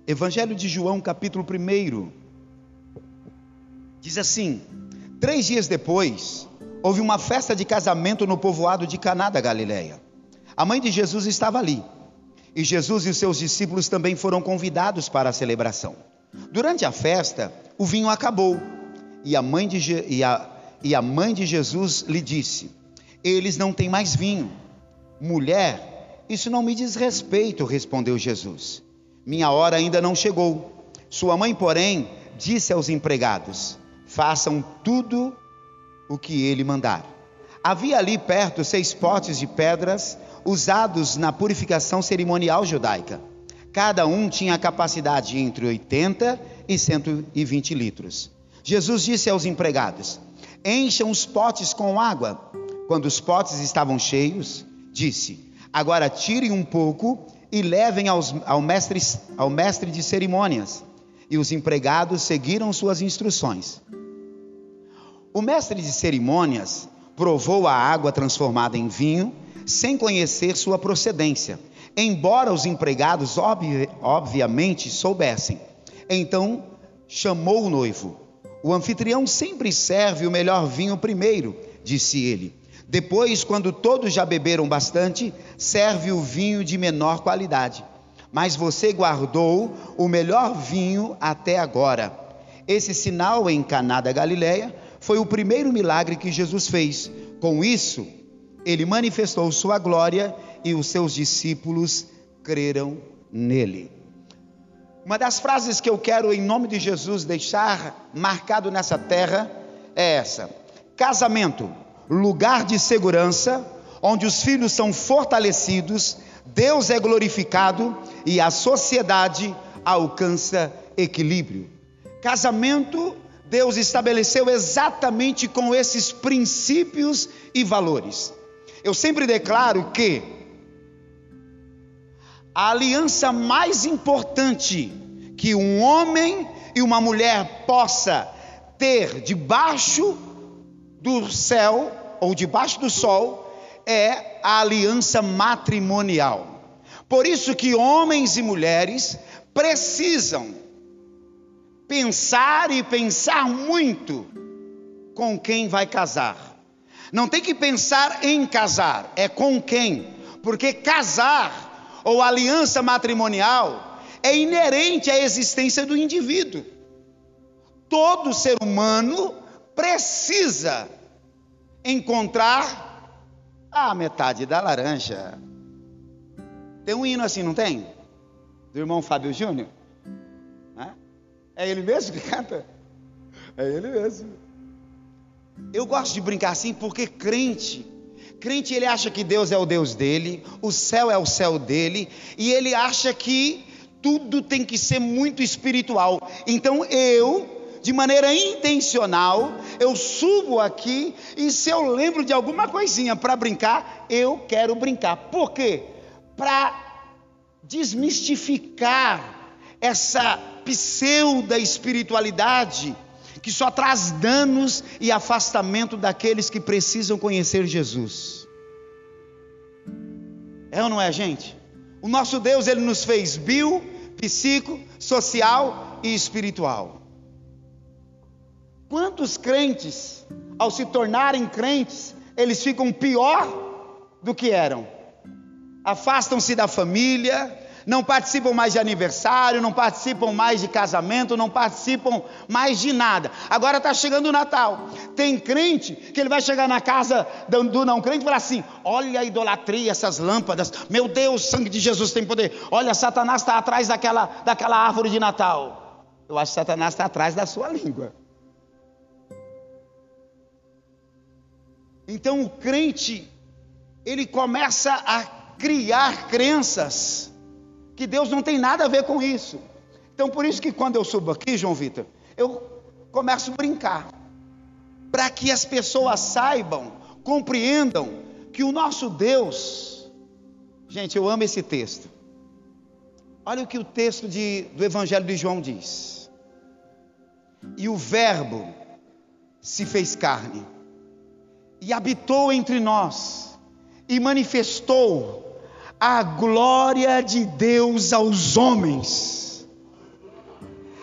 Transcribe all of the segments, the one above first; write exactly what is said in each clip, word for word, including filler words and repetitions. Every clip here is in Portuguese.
Evangelho de João, capítulo um. Diz assim: três dias depois, houve uma festa de casamento no povoado de Caná da Galileia. A mãe de Jesus estava ali, e Jesus e os seus discípulos também foram convidados para a celebração. Durante a festa, o vinho acabou, e a mãe de, Je... e a... E a mãe de Jesus lhe disse: eles não têm mais vinho. Mulher, isso não me diz respeito, respondeu Jesus. Minha hora ainda não chegou. Sua mãe, porém, disse aos empregados: façam tudo o que ele mandar. Havia ali perto seis potes de pedras usados na purificação cerimonial judaica. Cada um tinha a capacidade entre oitenta e cento e vinte litros. Jesus disse aos empregados: encham os potes com água. Quando os potes estavam cheios, disse: agora tirem um pouco e levem aos, ao, mestre, ao mestre de cerimônias. E os empregados seguiram suas instruções. O mestre de cerimônias provou a água transformada em vinho, sem conhecer sua procedência, embora os empregados obvi, obviamente soubessem. Então chamou o noivo. O anfitrião sempre serve o melhor vinho primeiro, disse ele. Depois, quando todos já beberam bastante, serve o vinho de menor qualidade. Mas você guardou o melhor vinho até agora. Esse sinal em Caná da Galileia foi o primeiro milagre que Jesus fez. Com isso, ele manifestou sua glória e os seus discípulos creram nele. Uma das frases que eu quero, em nome de Jesus, deixar marcado nessa terra é essa: casamento, lugar de segurança, onde os filhos são fortalecidos, Deus é glorificado e a sociedade alcança equilíbrio. Casamento, Deus estabeleceu exatamente com esses princípios e valores. Eu sempre declaro que a aliança mais importante que um homem e uma mulher possa ter debaixo do céu ou debaixo do sol é a aliança matrimonial. Por isso que homens e mulheres precisam pensar e pensar muito com quem vai casar. Não tem que pensar em casar, é com quem, porque casar ou aliança matrimonial é inerente à existência do indivíduo. Todo ser humano precisa encontrar a metade da laranja. Tem um hino assim, não tem? Do irmão Fábio Júnior? É ele mesmo que canta? É ele mesmo. Eu gosto de brincar assim porque crente Crente, ele acha que Deus é o Deus dele, o céu é o céu dele, e ele acha que tudo tem que ser muito espiritual. Então eu, de maneira intencional, eu subo aqui, e se eu lembro de alguma coisinha para brincar, eu quero brincar. Por quê? Para desmistificar essa pseudo espiritualidade que só traz danos e afastamento daqueles que precisam conhecer Jesus. É ou não é, gente? O nosso Deus, ele nos fez bio, psico, social e espiritual. Quantos crentes, ao se tornarem crentes, eles ficam pior do que eram? Afastam-se da família, não participam mais de aniversário, não participam mais de casamento, não participam mais de nada. Agora está chegando o Natal. Tem crente que ele vai chegar na casa do não crente e falar assim: olha a idolatria, essas lâmpadas, meu Deus, o sangue de Jesus tem poder. Olha, Satanás está atrás daquela, daquela árvore de Natal. Eu acho que Satanás está atrás da sua língua. Então o crente, ele começa a criar crenças que Deus não tem nada a ver com isso. Então por isso que quando eu subo aqui, João Vitor, eu começo a brincar, para que as pessoas saibam, compreendam que o nosso Deus, gente, eu amo esse texto. Olha o que o texto de, do Evangelho de João diz: e o verbo se fez carne e habitou entre nós e manifestou a glória de Deus aos homens.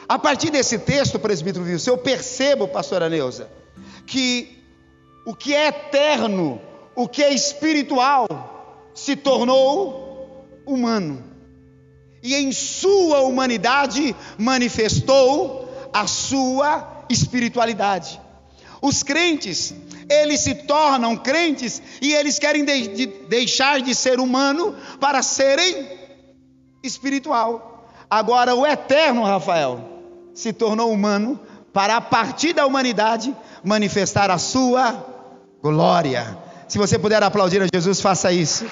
A partir desse texto, presbítero Wilson, eu percebo, pastora Neuza, que o que é eterno, o que é espiritual, se tornou humano. E em sua humanidade manifestou a sua espiritualidade. Os crentes, eles se tornam crentes e eles querem de, de, deixar de ser humano para serem espiritual. Agora o eterno, Rafael, se tornou humano para, a partir da humanidade, manifestar a sua glória. Se você puder aplaudir a Jesus, faça isso.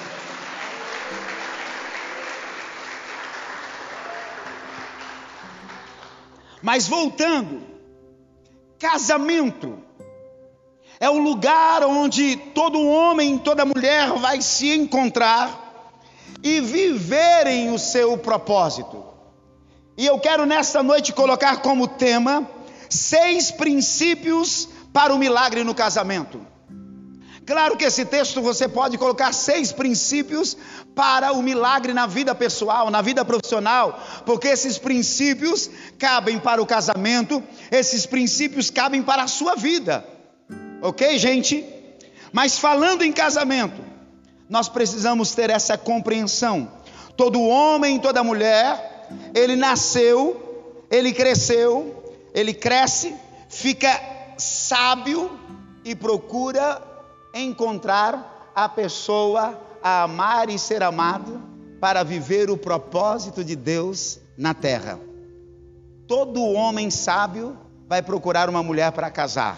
Mas voltando, casamento é o lugar onde todo homem, toda mulher vai se encontrar e viverem o seu propósito. E eu quero nesta noite colocar como tema seis princípios para o milagre no casamento. Claro que esse texto você pode colocar seis princípios para o milagre na vida pessoal, na vida profissional, porque esses princípios cabem para o casamento, esses princípios cabem para a sua vida, ok, gente? Mas falando em casamento, nós precisamos ter essa compreensão. Todo homem, toda mulher, ele nasceu, ele cresceu, ele cresce, fica sábio e procura encontrar a pessoa a amar e ser amado para viver o propósito de Deus na terra. Todo homem sábio vai procurar uma mulher para casar.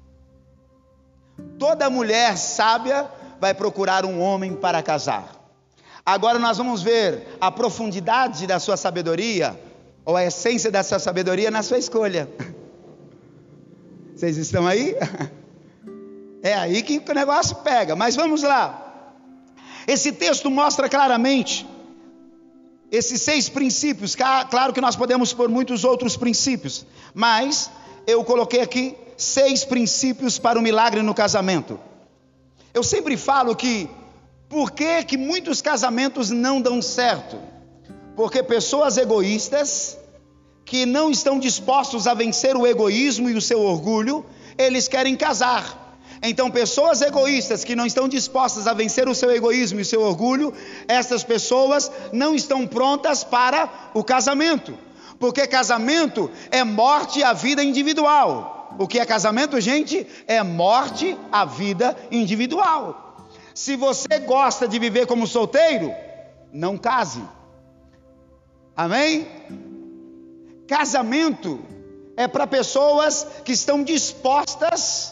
Toda mulher sábia vai procurar um homem para casar. Agora nós vamos ver a profundidade da sua sabedoria, ou a essência da sua sabedoria na sua escolha. Vocês estão aí? É aí que o negócio pega, mas vamos lá. Esse texto mostra claramente esses seis princípios. Claro que nós podemos pôr muitos outros princípios, mas eu coloquei aqui seis princípios para o milagre no casamento. Eu sempre falo que, por que que muitos casamentos não dão certo? Porque pessoas egoístas, que não estão dispostos a vencer o egoísmo e o seu orgulho, eles querem casar. Então pessoas egoístas que não estão dispostas a vencer o seu egoísmo e o seu orgulho, essas pessoas não estão prontas para o casamento, porque casamento é morte à vida individual. O que é casamento, gente? É morte à vida individual. Se você gosta de viver como solteiro, não case. Amém? Casamento é para pessoas que estão dispostas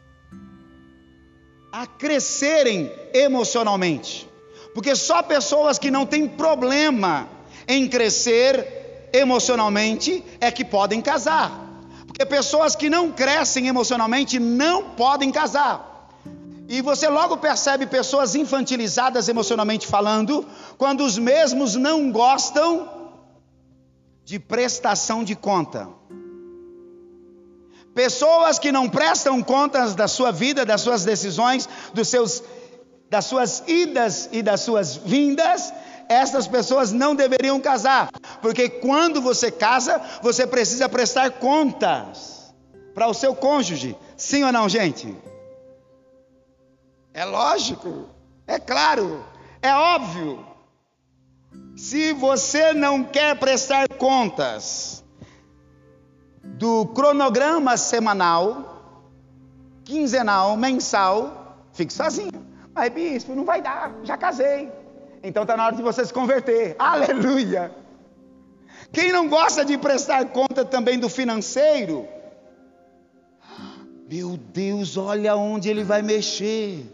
a crescerem emocionalmente, porque só pessoas que não têm problema em crescer emocionalmente é que podem casar, porque pessoas que não crescem emocionalmente não podem casar. E você logo percebe pessoas infantilizadas emocionalmente falando, quando os mesmos não gostam de prestação de conta. Pessoas que não prestam contas da sua vida, das suas decisões, dos seus, das suas idas e das suas vindas, essas pessoas não deveriam casar, porque quando você casa, você precisa prestar contas para o seu cônjuge. Sim ou não, gente? É lógico, é claro, é óbvio. Se você não quer prestar contas do cronograma semanal, quinzenal, mensal, fique sozinho. Mas bispo, não vai dar, já casei. Então está na hora de você se converter. Aleluia! Quem não gosta de prestar conta também do financeiro? Meu Deus, olha onde ele vai mexer.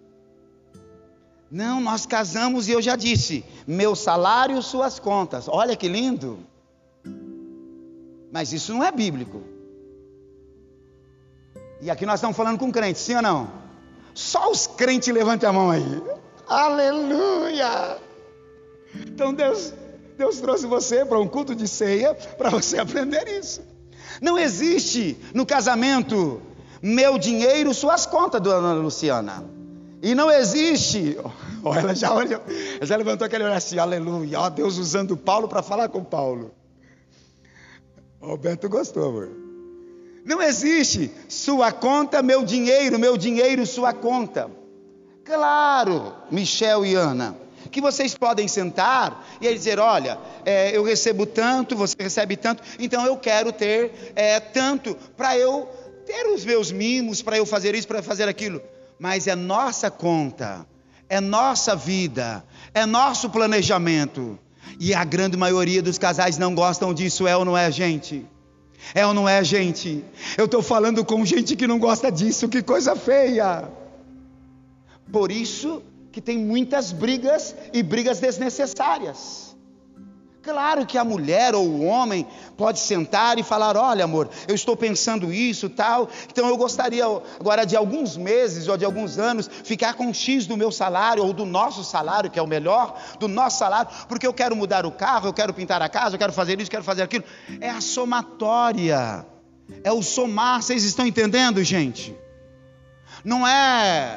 Não, nós casamos e eu já disse, meu salário, suas contas. Olha que lindo. Mas isso não é bíblico. E aqui nós estamos falando com crentes, sim ou não? Só os crentes levantem a mão aí. Aleluia! Então Deus, Deus trouxe você para um culto de ceia para você aprender isso. Não existe no casamento meu dinheiro, suas contas, dona Luciana. E não existe, oh, ela já olhou, ela já levantou aquele olhar assim, aleluia, ó, Deus usando Paulo para falar com Paulo. Alberto gostou, amor. Não existe sua conta, meu dinheiro, meu dinheiro, sua conta. Claro, Michel e Ana, que vocês podem sentar e aí dizer, olha, é, eu recebo tanto, você recebe tanto, então eu quero ter é, tanto para eu ter os meus mimos, para eu fazer isso, para fazer aquilo. Mas é nossa conta, é nossa vida, é nosso planejamento. E a grande maioria dos casais não gostam disso, é ou não é, gente? É ou não é, gente? Eu estou falando com gente que não gosta disso, que coisa feia. Por isso que tem muitas brigas e brigas desnecessárias. Claro que a mulher ou o homem pode sentar e falar, olha amor, eu estou pensando isso tal, então eu gostaria agora de alguns meses ou de alguns anos ficar com X do meu salário ou do nosso salário, que é o melhor, do nosso salário, porque eu quero mudar o carro, eu quero pintar a casa, eu quero fazer isso, eu quero fazer aquilo. É a somatória, é o somar, vocês estão entendendo, gente? Não é,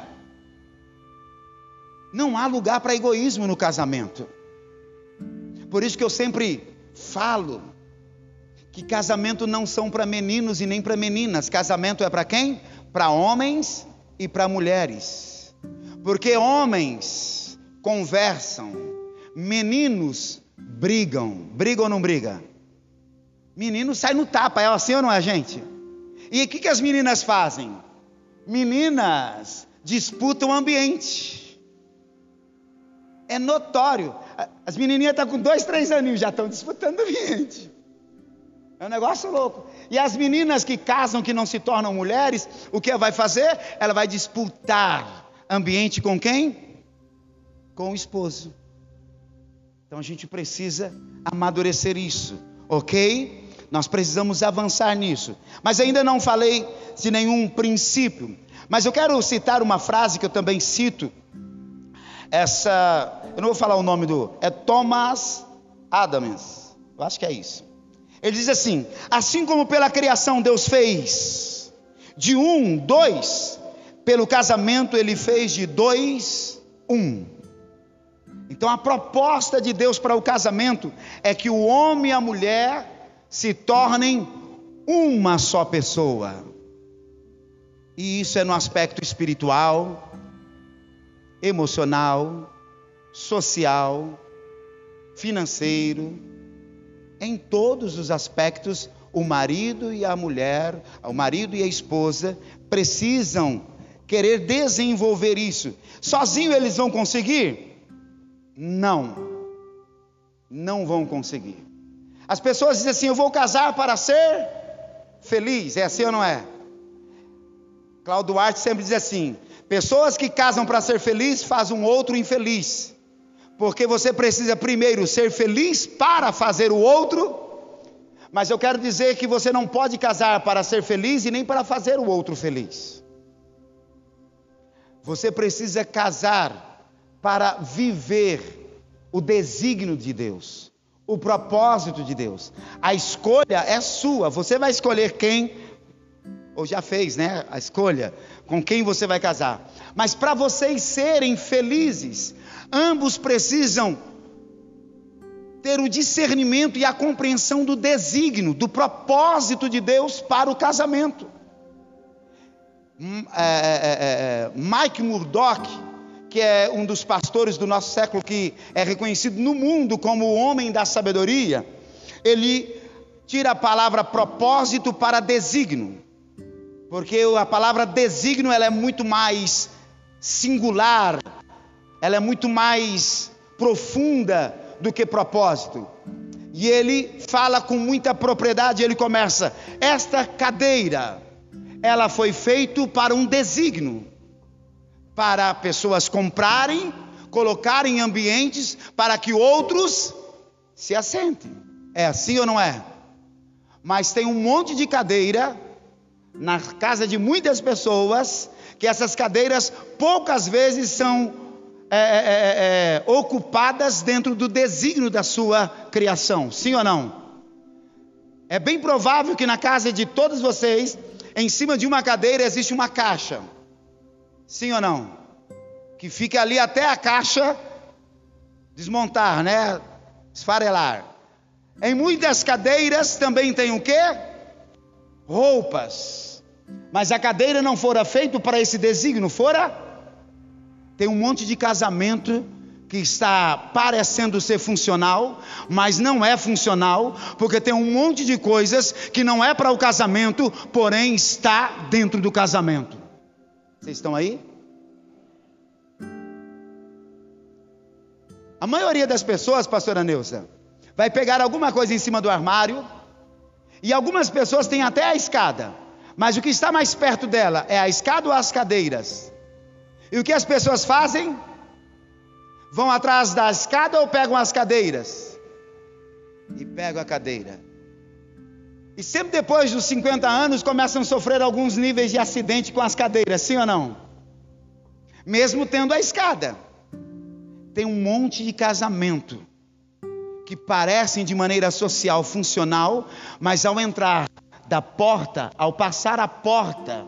não há lugar para egoísmo no casamento. Por isso que eu sempre falo que casamento não são para meninos e nem para meninas. Casamento é para quem? Para homens e para mulheres. Porque homens conversam, meninos brigam. Brigam ou não brigam? Menino sai no tapa, é assim ou não é, gente? E o que, que as meninas fazem? Meninas disputam o ambiente. É notório. As menininhas estão com dois, três aninhos, já estão disputando o ambiente. É um negócio louco. E as meninas que casam, que não se tornam mulheres, o que ela vai fazer? Ela vai disputar ambiente com quem? Com o esposo. Então a gente precisa amadurecer isso, ok? Nós precisamos avançar nisso. Mas ainda não falei de nenhum princípio. Mas eu quero citar uma frase que eu também cito. Essa, eu não vou falar o nome do, é Thomas Adams, eu acho que é isso. Ele diz assim, assim como pela criação Deus fez de um, dois, pelo casamento ele fez de dois, um. Então a proposta de Deus para o casamento é que o homem e a mulher se tornem uma só pessoa. E isso é no aspecto espiritual, emocional, social, financeiro, em todos os aspectos. O marido e a mulher, o marido e a esposa precisam querer desenvolver isso. Sozinho eles vão conseguir? Não, não vão conseguir. As pessoas dizem assim, eu vou casar para ser feliz, é assim ou não é? Cláudio Duarte sempre diz assim, pessoas que casam para ser feliz fazem um outro infeliz. Porque você precisa primeiro ser feliz para fazer o outro. Mas eu quero dizer que você não pode casar para ser feliz e nem para fazer o outro feliz. Você precisa casar para viver o desígnio de Deus, o propósito de Deus. A escolha é sua, você vai escolher quem, ou já fez, né, a escolha, com quem você vai casar. Mas para vocês serem felizes, ambos precisam ter o discernimento e a compreensão do desígnio, do propósito de Deus para o casamento. É, é, é, Mike Murdock, que é um dos pastores do nosso século, que é reconhecido no mundo como o homem da sabedoria, ele tira a palavra propósito para desígnio. Porque a palavra desígnio ela é muito mais singular, ela é muito mais profunda do que propósito. E ele fala com muita propriedade, ele começa, esta cadeira, ela foi feita para um desígnio, para pessoas comprarem, colocarem em ambientes, para que outros se assentem. É assim ou não é? Mas tem um monte de cadeira na casa de muitas pessoas, que essas cadeiras poucas vezes são é, é, é, ocupadas dentro do desígnio da sua criação, sim ou não? É bem provável que na casa de todos vocês, em cima de uma cadeira existe uma caixa, sim ou não? Que fica ali até a caixa desmontar, né? Esfarelar. Em muitas cadeiras também tem o quê? Roupas. Mas a cadeira não fora feita para esse desígnio, fora? Tem um monte de casamento que está parecendo ser funcional, mas não é funcional, porque tem um monte de coisas que não é para o casamento, porém está dentro do casamento. Vocês estão aí? A maioria das pessoas, pastora Neuza, vai pegar alguma coisa em cima do armário, e algumas pessoas têm até a escada, mas o que está mais perto dela é a escada ou as cadeiras? E o que as pessoas fazem? Vão atrás da escada ou pegam as cadeiras? E pegam a cadeira. E sempre depois dos cinquenta anos começam a sofrer alguns níveis de acidente com as cadeiras, sim ou não? Mesmo tendo a escada. Tem um monte de casamento que parecem de maneira social funcional, mas ao entrar da porta, ao passar a porta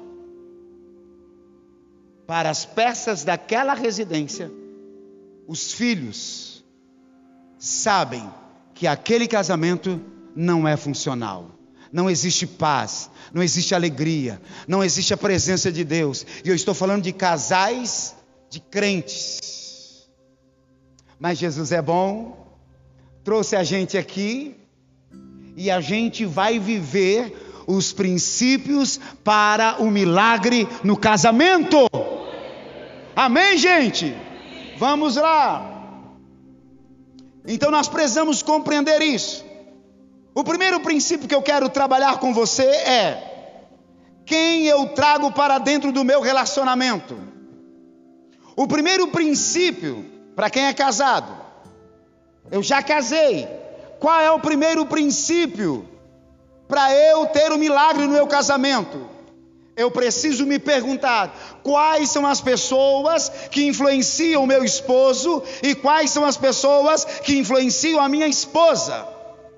para as peças daquela residência, os filhos sabem que aquele casamento não é funcional. Não existe paz, não existe alegria, não existe a presença de Deus. E eu estou falando de casais de crentes. Mas Jesus é bom, trouxe a gente aqui e a gente vai viver os princípios para o milagre no casamento. Amém, gente? Vamos lá. Então nós precisamos compreender isso. O primeiro princípio que eu quero trabalhar com você é: quem eu trago para dentro do meu relacionamento? O primeiro princípio, para quem é casado, eu já casei. Qual é o primeiro princípio para eu ter um milagre no meu casamento? Eu preciso me perguntar: quais são as pessoas que influenciam o meu esposo e quais são as pessoas que influenciam a minha esposa?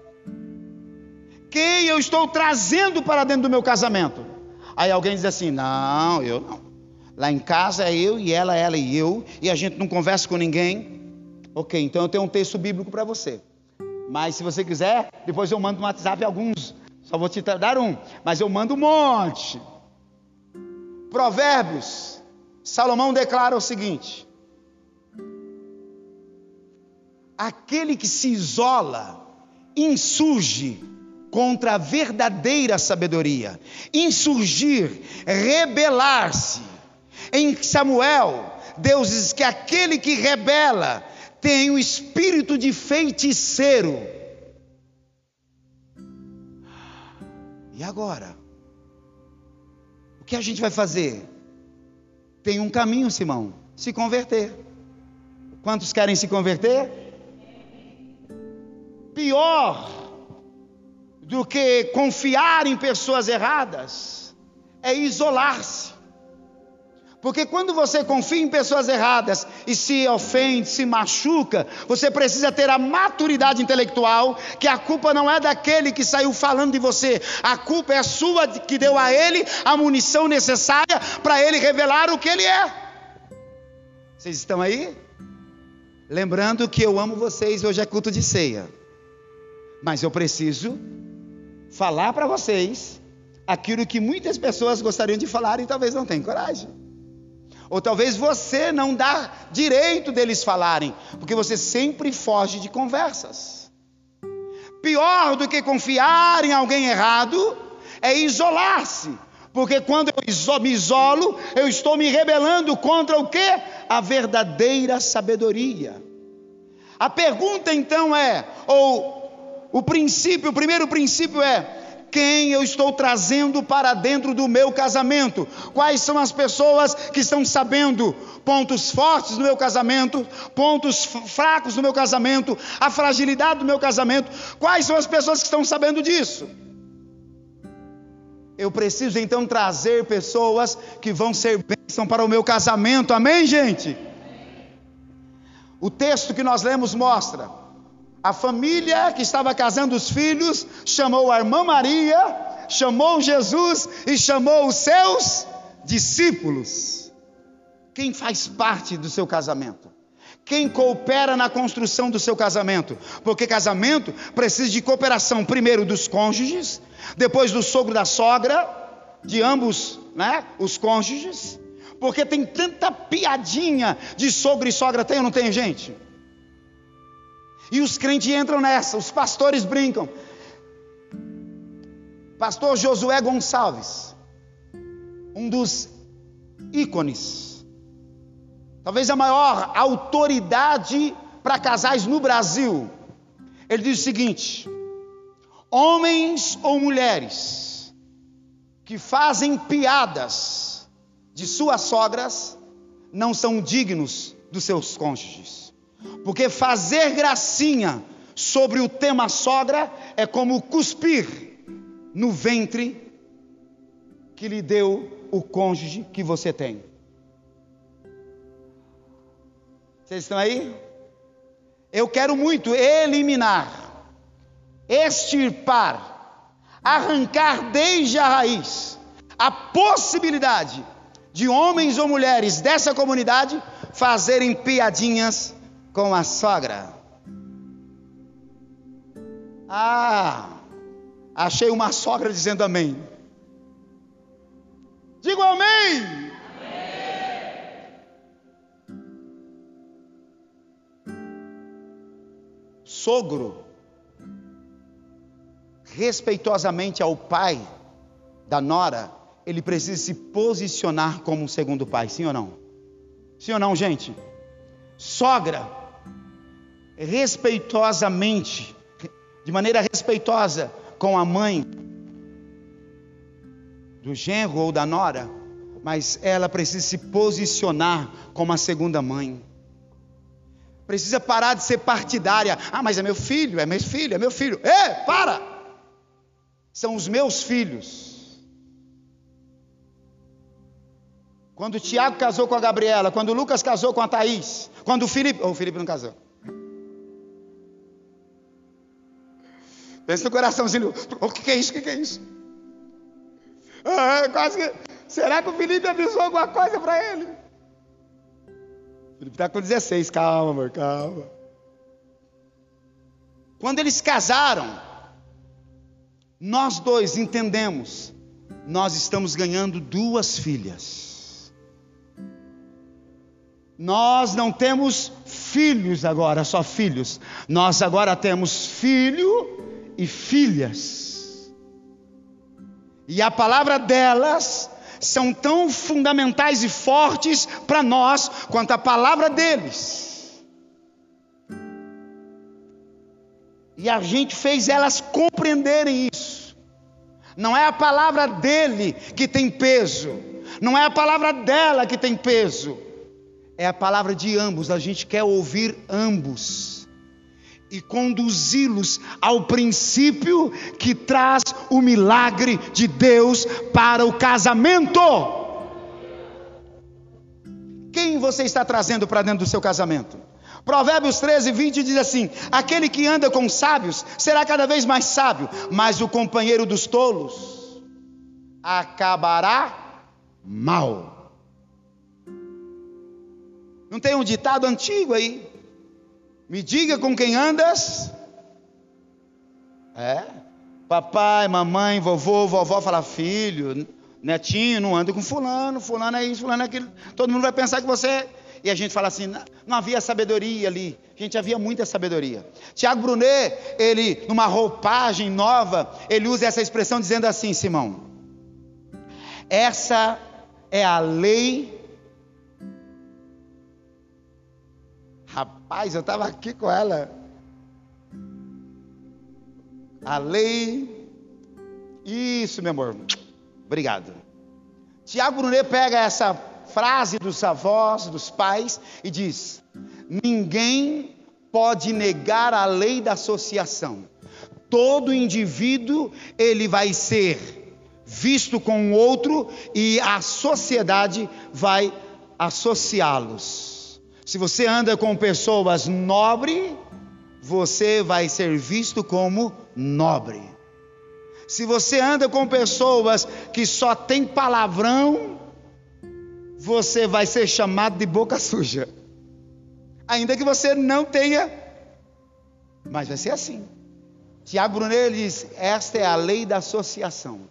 Quem eu estou trazendo para dentro do meu casamento? Aí alguém diz assim: não, eu não. Lá em casa é eu e ela, ela e eu, e a gente não conversa com ninguém. Ok, então eu tenho um texto bíblico para você. Mas se você quiser, depois eu mando no WhatsApp alguns. Só vou te dar um, mas eu mando um monte. Provérbios, Salomão declara o seguinte: aquele que se isola insurge contra a verdadeira sabedoria. Insurgir, rebelar-se. Em Samuel, Deus diz que aquele que rebela tem o espírito de feiticeiro. E agora? O que a gente vai fazer? Tem um caminho, Simão: se converter. Quantos querem se converter? Pior do que confiar em pessoas erradas é isolar-se. Porque quando você confia em pessoas erradas e se ofende, se machuca, você precisa ter a maturidade intelectual que a culpa não é daquele que saiu falando de você, a culpa é sua, que deu a ele a munição necessária para ele revelar o que ele é. Vocês estão aí? Lembrando que eu amo vocês, hoje é culto de ceia, mas eu preciso falar para vocês aquilo que muitas pessoas gostariam de falar e talvez não tenham coragem. Ou talvez você não dá direito deles falarem, porque você sempre foge de conversas. Pior do que confiar em alguém errado é isolar-se, porque quando eu me isolo, eu estou me rebelando contra o quê? A verdadeira sabedoria. A pergunta então é, ou o princípio, o primeiro princípio é: quem eu estou trazendo para dentro do meu casamento? Quais são as pessoas que estão sabendo pontos fortes do meu casamento, pontos fracos do meu casamento, a fragilidade do meu casamento? Quais são as pessoas que estão sabendo disso? Eu preciso então trazer pessoas que vão ser bênção para o meu casamento. Amém, gente? O texto que nós lemos mostra: a família que estava casando os filhos chamou a irmã Maria, chamou Jesus e chamou os seus discípulos. Quem faz parte do seu casamento? Quem coopera na construção do seu casamento? Porque casamento precisa de cooperação, primeiro dos cônjuges, depois do sogro e da sogra, de ambos, né, os cônjuges. Porque tem tanta piadinha de sogro e sogra, tem ou não tem, gente? E os crentes entram nessa, os pastores brincam. Pastor Josué Gonçalves, um dos ícones, talvez a maior autoridade para casais no Brasil, ele diz o seguinte: homens ou mulheres que fazem piadas de suas sogras não são dignos dos seus cônjuges, porque fazer gracinha sobre o tema sogra é como cuspir no ventre que lhe deu o cônjuge que você tem. Vocês estão aí? Eu quero muito eliminar, extirpar, arrancar desde a raiz a possibilidade de homens ou mulheres dessa comunidade fazerem piadinhas com a sogra. Ah, achei uma sogra dizendo amém. Digo amém. Amém. Sogro, respeitosamente ao pai da nora, ele precisa se posicionar como um segundo pai, sim ou não? Sim ou não, gente? Sogra, respeitosamente, de maneira respeitosa com a mãe do genro ou da nora, mas ela precisa se posicionar como a segunda mãe. Precisa parar de ser partidária. Ah, mas é meu filho, é meu filho, é meu filho. Ei, para! São os meus filhos. Quando o Tiago casou com a Gabriela, quando o Lucas casou com a Thaís, quando o Felipe... Oh, o Felipe não casou. Pensa no coraçãozinho. O que, que é isso? O que, que é isso? Ah, quase que... Será que o Felipe avisou alguma coisa para ele? O Felipe está com dezesseis. Calma, amor, calma. Quando eles casaram, nós dois entendemos, nós estamos ganhando duas filhas. Nós não temos filhos agora, só filhos. Nós agora temos filho e filhas. E a palavra delas são tão fundamentais e fortes para nós quanto a palavra deles. E a gente fez elas compreenderem isso. Não é a palavra dele que tem peso, não é a palavra dela que tem peso, é a palavra de ambos. A gente quer ouvir ambos e conduzi-los ao princípio que traz o milagre de Deus para o casamento. Quem você está trazendo para dentro do seu casamento? Provérbios treze, vinte diz assim: aquele que anda com sábios será cada vez mais sábio, mas o companheiro dos tolos acabará mal. Não tem um ditado antigo aí? Me diga com quem andas. É. Papai, mamãe, vovô, vovó fala: filho, netinho, não anda com fulano, fulano é isso, fulano é aquilo. Todo mundo vai pensar que você... E a gente fala assim, não havia sabedoria ali. Gente, havia muita sabedoria. Tiago Brunet, ele, numa roupagem nova, ele usa essa expressão dizendo assim: Simão, essa é a lei. Rapaz, eu estava aqui com ela. A lei. Isso, meu amor. Obrigado. Tiago Brunet pega essa frase dos avós, dos pais, e diz: ninguém pode negar a lei da associação. Todo indivíduo, ele vai ser visto com o outro e a sociedade vai associá-los. Se você anda com pessoas nobres, você vai ser visto como nobre. Se você anda com pessoas que só tem palavrão, você vai ser chamado de boca suja. ainda que você não tenha, mas vai ser assim. Tiago Brunel diz, esta é a lei da associação.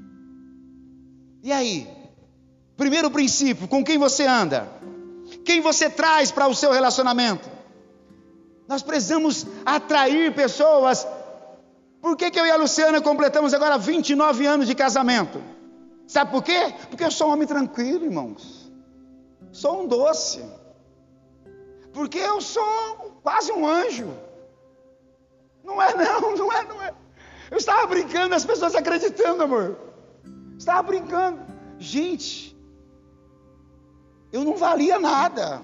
E aí? Primeiro princípio, com quem você anda? Quem você traz para o seu relacionamento? Nós precisamos atrair pessoas. Por que que eu e a Luciana completamos agora vinte e nove anos de casamento? Sabe por quê? Porque eu sou um homem tranquilo, irmãos. Sou um doce. Porque eu sou quase um anjo. Não é não, não é, não é. Eu estava brincando, as pessoas acreditando, amor. Estava brincando. Gente, eu não valia nada.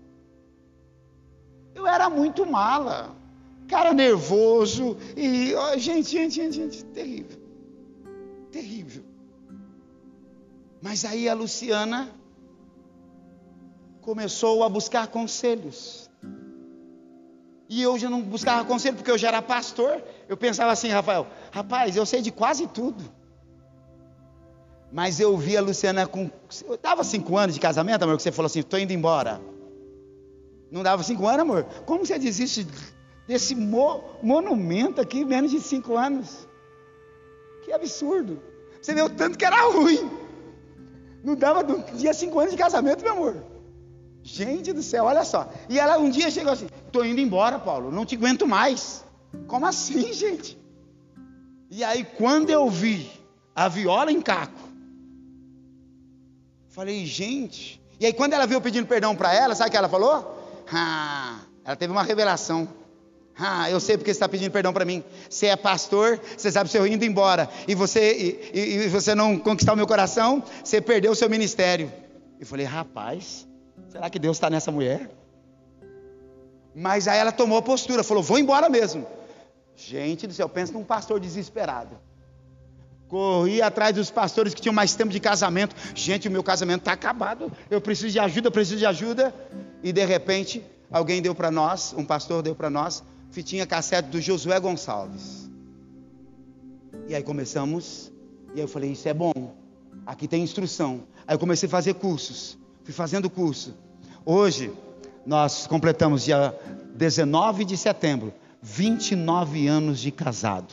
Eu era muito mala. Cara nervoso. E, oh, gente, gente, gente, gente, terrível. Terrível. Mas aí a Luciana começou a buscar conselhos. E eu já não buscava conselho, porque eu já era pastor. Eu pensava assim, Rafael, rapaz, eu sei de quase tudo. Mas eu vi a Luciana com... Eu dava cinco anos de casamento, amor, que você falou assim, estou indo embora. Não dava cinco anos, amor? Como você desiste desse mo, monumento aqui em menos de cinco anos? Que absurdo. Você vê o tanto que era ruim. Não dava do dia cinco anos de casamento, meu amor. Gente do céu, olha só. E ela um dia chegou assim, estou indo embora, Paulo, não te aguento mais. Como assim, gente? E aí quando eu vi a viola em caco, falei, gente. E aí quando ela viu eu pedindo perdão para ela, sabe o que ela falou? Ah, ela teve uma revelação. Ah, eu sei porque você está pedindo perdão para mim. Você é pastor, você sabe se eu indo embora e você, e, e, e você não conquistar o meu coração, você perdeu o seu ministério. Eu falei, rapaz, será que Deus está nessa mulher? Mas aí ela tomou a postura, falou, vou embora mesmo. Gente do céu, pensa num pastor desesperado. Corri atrás dos pastores que tinham mais tempo de casamento. Gente, o meu casamento está acabado. Eu preciso de ajuda, eu preciso de ajuda. E de repente, alguém deu para nós, um pastor deu para nós, fitinha cassete do Josué Gonçalves. E aí começamos, e aí eu falei, isso é bom. Aqui tem instrução. Aí eu comecei a fazer cursos. Fui fazendo curso. Hoje, nós completamos dia dezenove de setembro, vinte e nove anos de casado.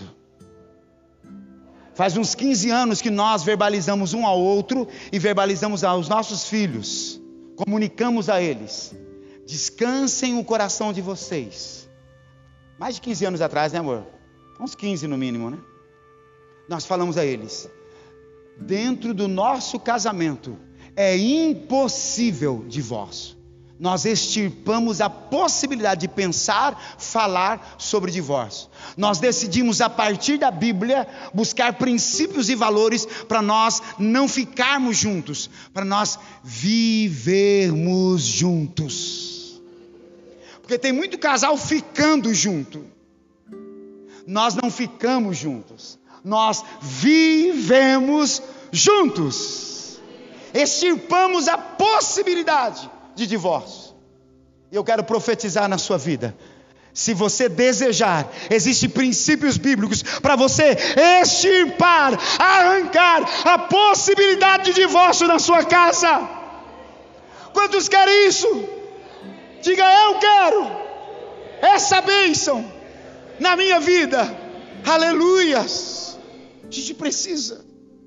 Faz uns quinze anos que nós verbalizamos um ao outro e verbalizamos aos nossos filhos. Comunicamos a eles. Descansem o coração de vocês. Mais de quinze anos atrás, né, amor? Uns quinze no mínimo, né? Nós falamos a eles. Dentro do nosso casamento é impossível divórcio. Nós extirpamos a possibilidade de pensar, falar sobre divórcio. Nós decidimos a partir da Bíblia buscar princípios e valores para nós não ficarmos juntos, para nós vivermos juntos. Porque tem muito casal ficando junto. Nós não ficamos juntos, nós vivemos juntos. Extirpamos a possibilidade de divórcio. Eu quero profetizar na sua vida. Se você desejar, existem princípios bíblicos para você extirpar, arrancar a possibilidade de divórcio na sua casa. Quantos querem isso? Diga, eu quero essa bênção na minha vida. Aleluias. A gente precisa.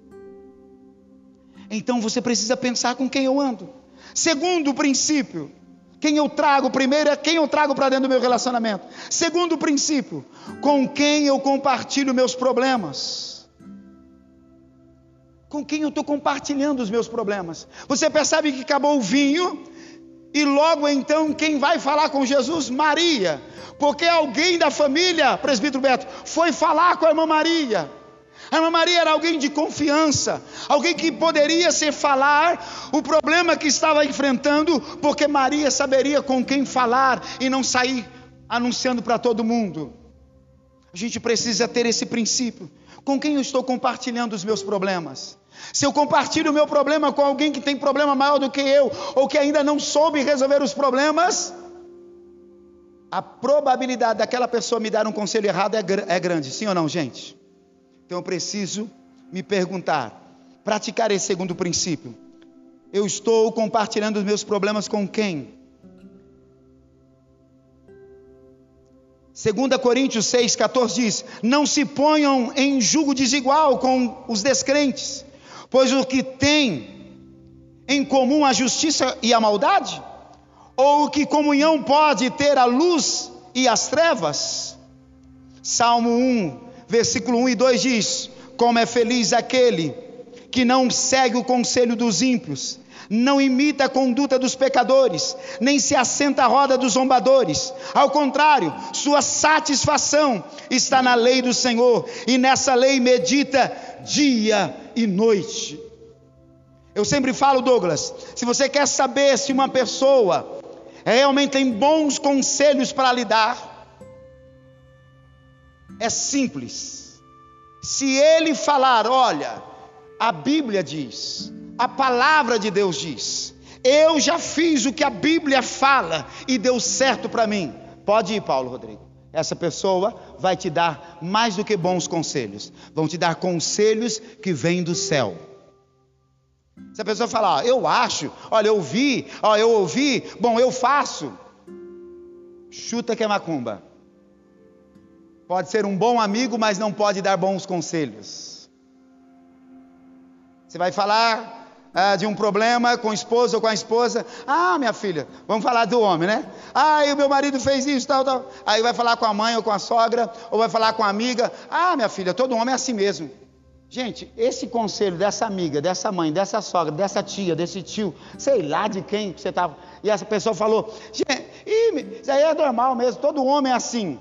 Então você precisa pensar com quem eu ando. Segundo princípio, quem eu trago primeiro é quem eu trago para dentro do meu relacionamento. Segundo princípio, com quem eu compartilho meus problemas. Com quem eu estou compartilhando os meus problemas. Você percebe que acabou o vinho e logo então quem vai falar com Jesus? Maria. Porque alguém da família, presbítero Beto, foi falar com a irmã Maria. A irmã Maria era alguém de confiança, alguém que poderia se falar o problema que estava enfrentando, porque Maria saberia com quem falar e não sair anunciando para todo mundo. A gente precisa ter esse princípio. Com quem eu estou compartilhando os meus problemas? Se eu compartilho o meu problema com alguém que tem problema maior do que eu, ou que ainda não soube resolver os problemas, a probabilidade daquela pessoa me dar um conselho errado é, gr- é grande, sim ou não, gente? Então eu preciso me perguntar, praticar esse segundo princípio. Eu estou compartilhando os meus problemas com quem? Segunda Coríntios seis, quatorze diz: não se ponham em julgo desigual com os descrentes, pois o que tem em comum a justiça e a maldade? Ou que comunhão pode ter a luz e as trevas? Salmo um, versículo um e dois diz: como é feliz aquele que não segue o conselho dos ímpios, não imita a conduta dos pecadores, nem se assenta à roda dos zombadores. Ao contrário, sua satisfação está na lei do Senhor, e nessa lei medita dia e noite. Eu sempre falo, Douglas, se você quer saber se uma pessoa realmente tem bons conselhos para lhe dar, é simples. Se ele falar: olha, a Bíblia diz, a palavra de Deus diz, eu já fiz o que a Bíblia fala e deu certo para mim, pode ir, Paulo Rodrigo. Essa pessoa vai te dar mais do que bons conselhos, vão te dar conselhos que vêm do céu. Se a pessoa falar: ah, eu acho, olha, eu vi, ó, eu ouvi, bom, eu faço, chuta que é macumba. Pode ser um bom amigo, mas não pode dar bons conselhos. Você vai falar ah, de um problema com o esposo ou com a esposa: ah, minha filha, vamos falar do homem, né? Ah, e o meu marido fez isso, tal, tal. Aí vai falar com a mãe ou com a sogra, ou vai falar com a amiga: ah, minha filha, todo homem é assim mesmo. Gente, esse conselho dessa amiga, dessa mãe, dessa sogra, dessa tia, desse tio, sei lá de quem você estava, e essa pessoa falou: gente, isso aí é normal mesmo, todo homem é assim.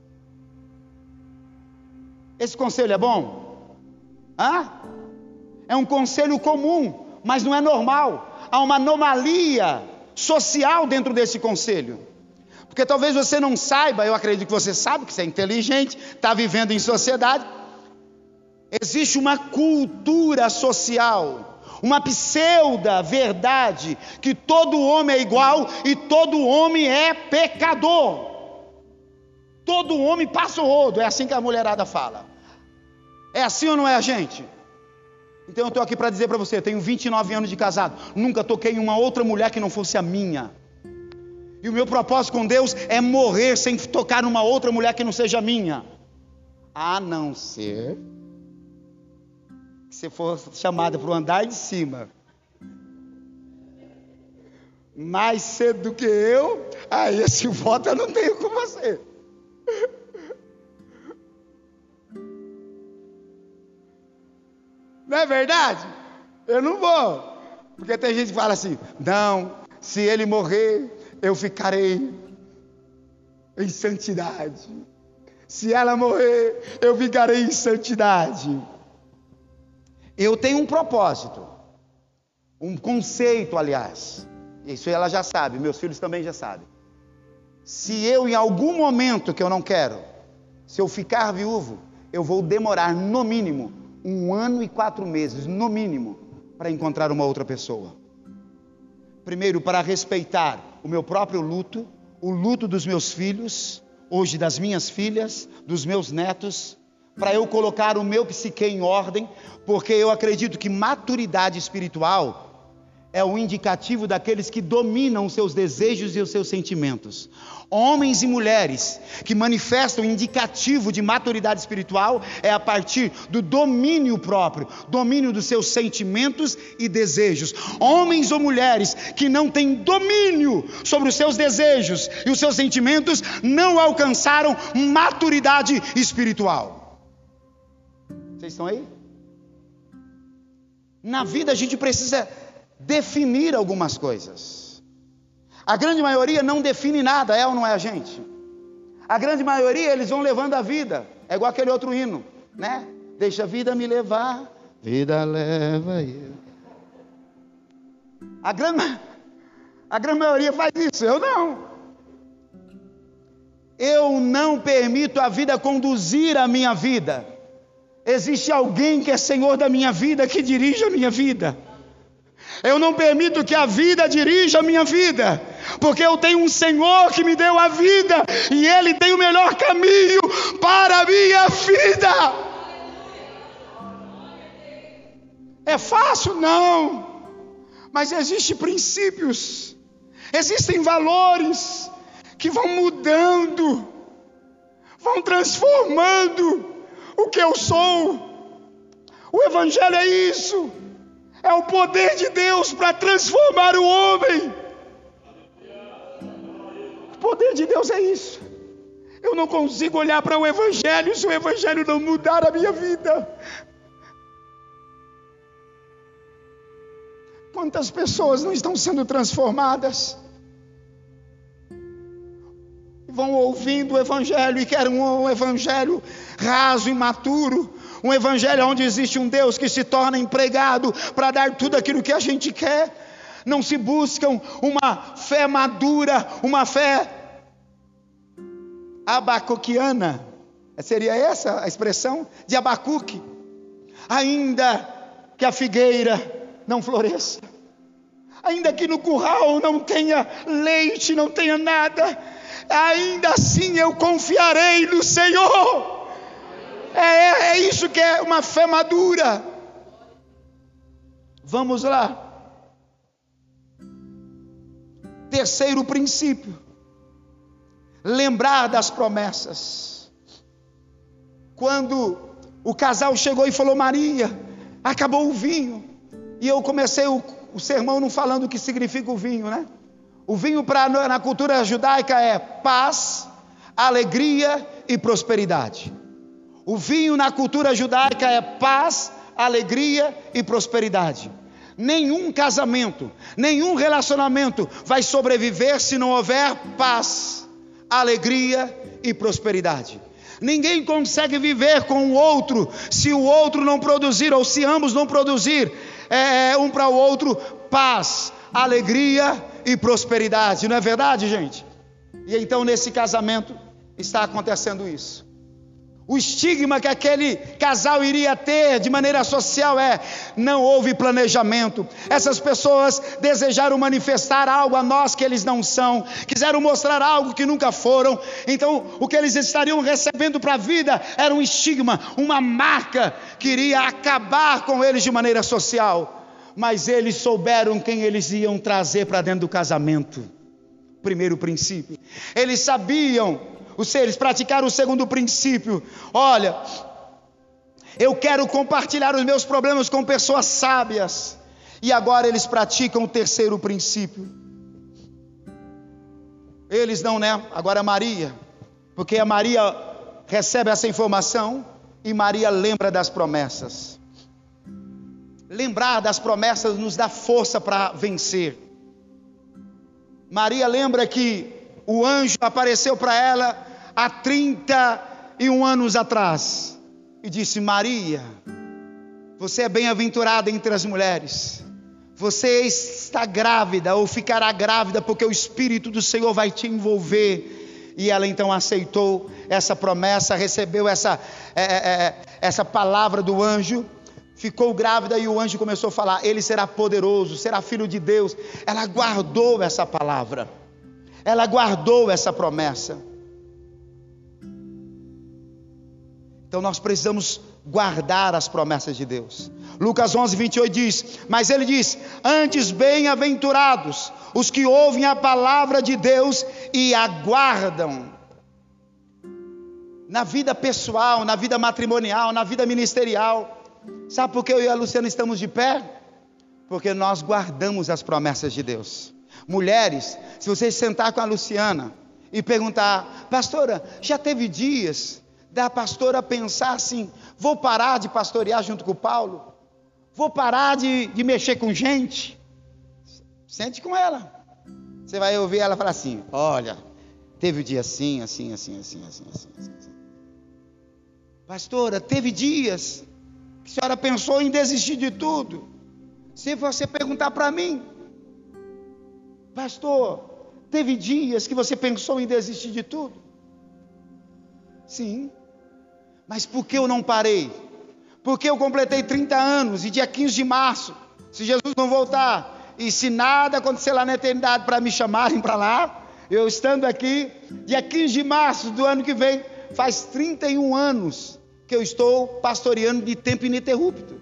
Esse conselho é bom? Hã? É um conselho comum, mas não é normal. Há uma anomalia social dentro desse conselho. Porque talvez você não saiba, eu acredito que você sabe, que você é inteligente, está vivendo em sociedade. Existe uma cultura social, uma pseudo verdade, que todo homem é igual e todo homem é pecador. Todo homem passa o rodo, é assim que a mulherada fala. É assim ou não é, gente? Então eu estou aqui para dizer para você, tenho vinte e nove anos de casado, nunca toquei em uma outra mulher que não fosse a minha. E o meu propósito com Deus é morrer sem tocar numa outra mulher que não seja minha. A não ser que você for chamada para o andar de cima mais cedo do que eu, aí esse voto eu não tenho com você. Não é verdade? Eu não vou. Porque tem gente que fala assim: não, se ele morrer, eu ficarei em santidade. Se ela morrer, eu ficarei em santidade. Eu tenho um propósito, um conceito, aliás. Isso ela já sabe, meus filhos também já sabem. Se eu, em algum momento que eu não quero, se eu ficar viúvo, eu vou demorar no mínimo um ano e quatro meses, no mínimo, para encontrar uma outra pessoa. Primeiro, para respeitar o meu próprio luto, o luto dos meus filhos, hoje das minhas filhas, dos meus netos, para eu colocar o meu psique em ordem, porque eu acredito que maturidade espiritual é o indicativo daqueles que dominam os seus desejos e os seus sentimentos. Homens e mulheres que manifestam indicativo de maturidade espiritual é a partir do domínio próprio, domínio dos seus sentimentos e desejos. Homens ou mulheres que não têm domínio sobre os seus desejos e os seus sentimentos não alcançaram maturidade espiritual. Vocês estão aí? Na vida a gente precisa definir algumas coisas. A grande maioria não define nada, é ou não é a gente? A grande maioria eles vão levando a vida, é igual aquele outro hino, né? Deixa a vida me levar, vida leva eu. A grande, a grande maioria faz isso, eu não. Eu não permito a vida conduzir a minha vida. Existe alguém que é Senhor da minha vida, que dirige a minha vida. Eu não permito que a vida dirija a minha vida, porque eu tenho um Senhor que me deu a vida, e Ele tem o melhor caminho para a minha vida. É fácil? Não. Mas existem princípios, existem valores que vão mudando vão transformando o que eu sou. O Evangelho é isso, é o poder de Deus para transformar o homem. O poder de Deus é isso. Eu não consigo olhar para o Evangelho se o Evangelho não mudar a minha vida. Quantas pessoas não estão sendo transformadas? Vão ouvindo o Evangelho e querem um Evangelho raso, imaturo. Um Evangelho onde existe um Deus que se torna empregado para dar tudo aquilo que a gente quer. Não se buscam uma fé madura, uma fé abacuquiana. Seria essa a expressão? De Abacuque. Ainda que a figueira não floresça, ainda que no curral não tenha leite, não tenha nada, ainda assim eu confiarei no Senhor. É, é isso que é uma fé madura. Vamos lá. Terceiro princípio: lembrar das promessas. Quando o casal chegou e falou: Maria, acabou o vinho. E eu comecei o, o sermão não falando o que significa o vinho, né? O vinho pra, na cultura judaica é paz, alegria e prosperidade. O vinho na cultura judaica é paz, alegria e prosperidade. Nenhum casamento, nenhum relacionamento vai sobreviver se não houver paz, alegria e prosperidade. Ninguém consegue viver com o outro se o outro não produzir, ou se ambos não produzir é, um para o outro paz, alegria e prosperidade. Não é verdade, gente? E então nesse casamento está acontecendo isso. O estigma que aquele casal iria ter de maneira social é: não houve planejamento. Essas pessoas desejaram manifestar algo a nós que eles não são, quiseram mostrar algo que nunca foram. Então o que eles estariam recebendo para a vida era um estigma, uma marca que iria acabar com eles de maneira social. Mas eles souberam quem eles iam trazer para dentro do casamento. Primeiro princípio. Eles sabiam. Eles praticaram o segundo princípio. Olha, eu quero compartilhar os meus problemas com pessoas sábias. E agora eles praticam o terceiro princípio. Eles não, né? Agora Maria. Porque a Maria recebe essa informação e Maria lembra das promessas. Lembrar das promessas nos dá força para vencer. Maria lembra que o anjo apareceu para ela há trinta e um anos atrás e disse: Maria, você é bem-aventurada entre as mulheres, você está grávida ou ficará grávida porque o Espírito do Senhor vai te envolver. E ela então aceitou essa promessa, recebeu essa, é, é, essa palavra do anjo, ficou grávida e o anjo começou a falar: ele será poderoso, será filho de Deus. Ela guardou essa palavra. Ela guardou essa promessa. Então nós precisamos guardar as promessas de Deus. Lucas onze, vinte e oito diz: mas ele diz: antes bem-aventurados os que ouvem a palavra de Deus e aguardam. Na vida pessoal, na vida matrimonial, na vida ministerial. Sabe por que eu e a Luciana estamos de pé? Porque nós guardamos as promessas de Deus. Mulheres, se você sentar com a Luciana e perguntar: pastora, já teve dias da pastora pensar assim: vou parar de pastorear junto com o Paulo? Vou parar de, de mexer com gente? Sente com ela. Você vai ouvir ela falar assim: olha, teve dia assim, assim, assim, assim, assim, assim, assim. Pastora, teve dias que a senhora pensou em desistir de tudo. Se você perguntar para mim: pastor, teve dias que você pensou em desistir de tudo? Sim. Mas por que eu não parei? Porque eu completei trinta anos e dia quinze de março, se Jesus não voltar, e se nada acontecer lá na eternidade para me chamarem para lá, eu estando aqui, dia quinze de março do ano que vem, faz trinta e um anos que eu estou pastoreando de tempo ininterrupto.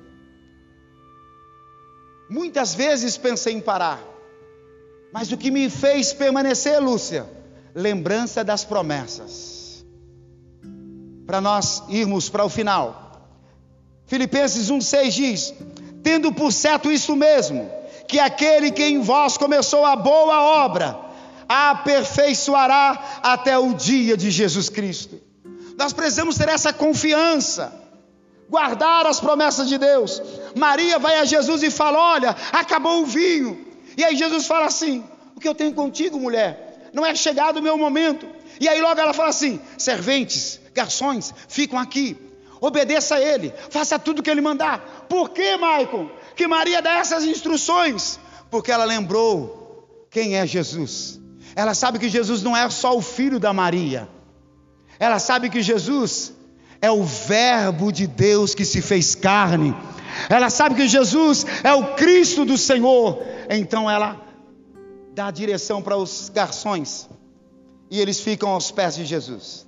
Muitas vezes pensei em parar, mas o que me fez permanecer, Lúcia? Lembrança das promessas. para nós irmos para o final. Filipenses um, seis diz: tendo por certo isso mesmo, que aquele que em vós começou a boa obra, a aperfeiçoará até o dia de Jesus Cristo. Nós precisamos ter essa confiança, guardar as promessas de Deus. Maria vai a Jesus e fala: olha, acabou o vinho. E aí Jesus fala assim: o que eu tenho contigo, mulher? Não é chegado o meu momento. E aí logo ela fala assim: serventes, garçons, ficam aqui, obedeça a ele, faça tudo o que ele mandar. Por que, Maicon, que Maria dá essas instruções? Porque ela lembrou quem é Jesus. Ela sabe que Jesus não é só o filho da Maria. Ela sabe que Jesus é o verbo de Deus que se fez carne. Ela sabe que Jesus é o Cristo do Senhor. Então ela dá a direção para os garçons, e eles ficam aos pés de Jesus.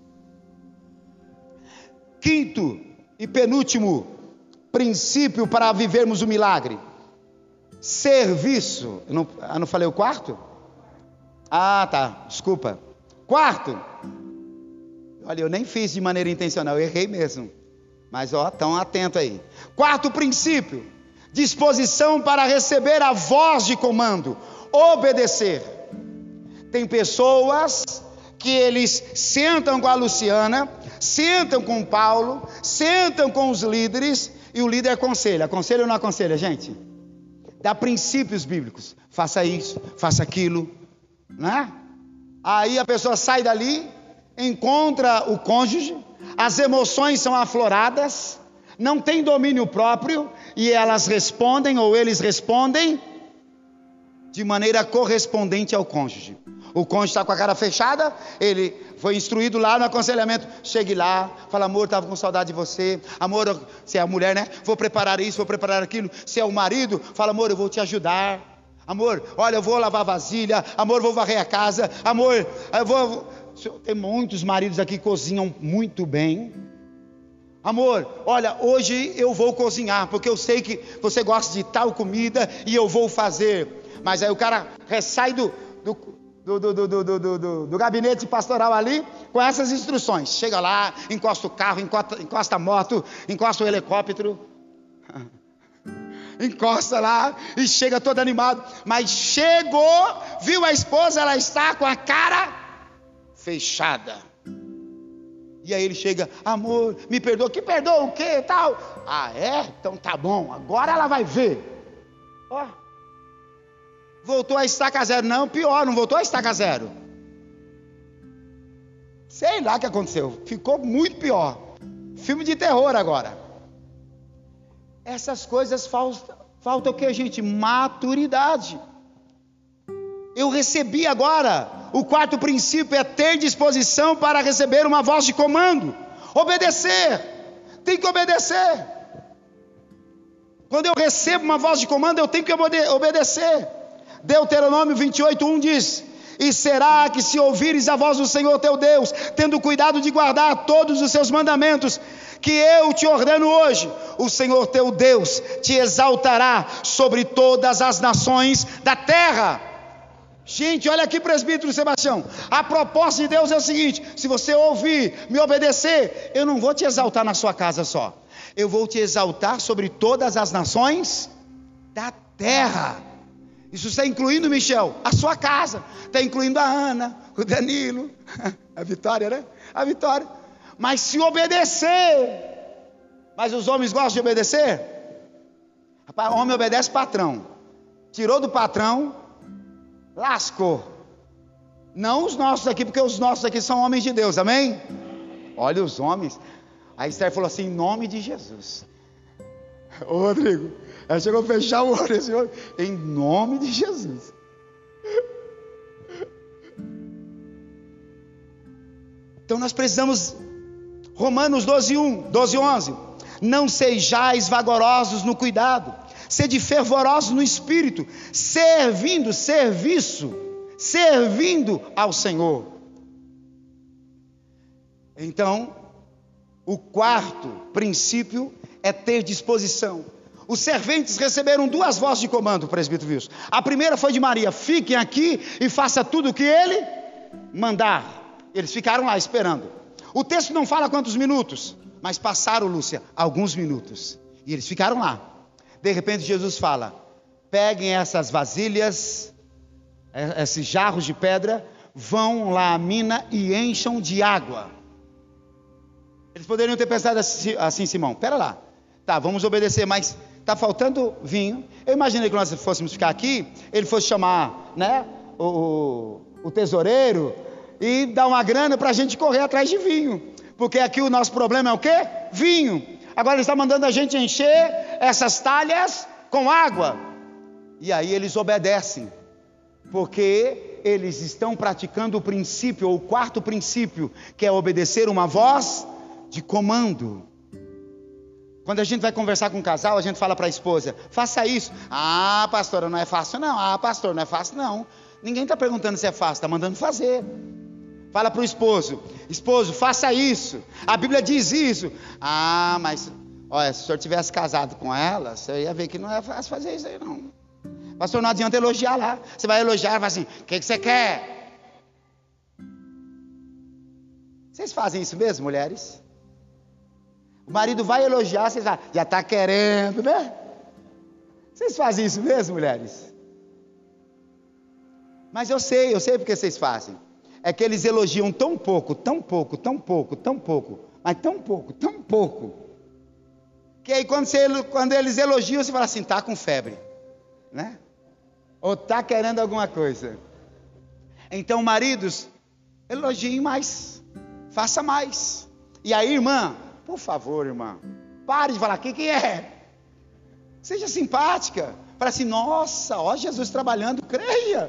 Quinto e penúltimo princípio para vivermos o milagre: serviço. Eu não, eu não falei o quarto? Ah, tá, desculpa. Quarto. Olha, eu nem fiz de maneira intencional, eu errei mesmo. Mas ó, tão atento aí. Quarto princípio: disposição para receber a voz de comando, obedecer. Tem pessoas que eles sentam com a Luciana, sentam com o Paulo, sentam com os líderes, e o líder aconselha. Aconselha ou não aconselha, gente? Dá princípios bíblicos. Faça isso, faça aquilo, né? Aí a pessoa sai dali, encontra o cônjuge, as emoções são afloradas, não tem domínio próprio, e elas respondem, ou eles respondem, de maneira correspondente ao cônjuge. O cônjuge está com a cara fechada, ele foi instruído lá no aconselhamento: chegue lá, fala: amor, estava com saudade de você. Amor, se é a mulher, né? Vou preparar isso, vou preparar aquilo. Se é o marido, fala: amor, eu vou te ajudar. Amor, olha, eu vou lavar vasilha. Amor, vou varrer a casa. Amor, eu vou... Tem muitos maridos aqui que cozinham muito bem. Amor, olha, hoje eu vou cozinhar, porque eu sei que você gosta de tal comida e eu vou fazer. Mas aí o cara sai do, do, do, do, do, do, do, do, do gabinete pastoral ali com essas instruções. Chega lá, encosta o carro, encosta, encosta a moto, encosta o helicóptero, encosta lá e chega todo animado. Mas chegou, viu a esposa, ela está com a cara fechada. E aí ele chega: amor, me perdoa. Que perdoa o quê, tal? Ah, é? Então tá bom, agora ela vai ver. Ó, voltou a estaca zero. Não, pior, não voltou a estaca zero. Sei lá o que aconteceu, ficou muito pior. Filme de terror agora. Essas coisas faltam, falta o que, gente? Maturidade. Eu recebi agora, o quarto princípio é ter disposição para receber uma voz de comando. Obedecer, tem que obedecer. Quando eu recebo uma voz de comando, eu tenho que obede- obedecer. Deuteronômio vinte e oito, um diz: e será que se ouvires a voz do Senhor teu Deus, tendo cuidado de guardar todos os seus mandamentos, que eu te ordeno hoje, o Senhor teu Deus te exaltará sobre todas as nações da terra. Gente, olha aqui, presbítero Sebastião, a proposta de Deus é o seguinte: se você ouvir, me obedecer, eu não vou te exaltar na sua casa só, eu vou te exaltar sobre todas as nações da terra. Isso está incluindo, Michel, a sua casa, está incluindo a Ana, o Danilo, a Vitória, né? A Vitória. Mas se obedecer, mas os homens gostam de obedecer? Rapaz, o homem obedece patrão, tirou do patrão, lascou. Não os nossos aqui, porque os nossos aqui são homens de Deus, amém? Olha os homens. Aí Esther falou assim: em nome de Jesus. Ô Rodrigo, ela chegou a fechar o olho assim, em nome de Jesus. Então nós precisamos, Romanos doze, um, doze, onze: não sejais vagarosos no cuidado, sede fervorosos no espírito, servindo, serviço, servindo ao Senhor. Então, o quarto princípio é ter disposição. Os serventes receberam duas vozes de comando, presbítero Wilson. A primeira foi de Maria: fiquem aqui e faça tudo o que ele mandar. Eles ficaram lá esperando. O texto não fala quantos minutos, mas passaram, Lúcia, alguns minutos. E eles ficaram lá. De repente Jesus fala: peguem essas vasilhas, esses jarros de pedra, vão lá à mina e encham de água. Eles poderiam ter pensado assim, assim Simão, pera lá, tá, vamos obedecer, mas está faltando vinho. Eu imaginei que nós fôssemos ficar aqui, ele fosse chamar, né, o, o tesoureiro e dar uma grana para a gente correr atrás de vinho, porque aqui o nosso problema é o quê? Vinho. Agora ele está mandando a gente encher essas talhas com água. E aí eles obedecem, porque eles estão praticando o princípio, ou o quarto princípio, que é obedecer uma voz de comando. Quando a gente vai conversar com um casal, a gente fala para a esposa: faça isso. Ah, pastora, não é fácil não. Ah, pastor, não é fácil não. Ninguém está perguntando se é fácil, está mandando fazer. Fala para o esposo: esposo, faça isso. A Bíblia diz isso. Ah, mas olha, se o senhor tivesse casado com ela, você ia ver que não é fácil fazer isso aí não. Pastor, não adianta elogiar lá. Você vai elogiar e fala assim: o que, que você quer? Vocês fazem isso mesmo, mulheres? O marido vai elogiar, vocês falam: já está querendo, né? Vocês fazem isso mesmo, mulheres? Mas eu sei, eu sei porque vocês fazem. É que eles elogiam tão pouco, tão pouco, tão pouco, tão pouco, mas tão pouco, tão pouco, que aí quando, você, quando eles elogiam, você fala assim: está com febre, né? Ou está querendo alguma coisa. Então, maridos, elogiem mais, faça mais. E aí, irmã, por favor, irmã, pare de falar: o que, que é? Seja simpática. Fala assim: nossa, ó Jesus trabalhando, creia.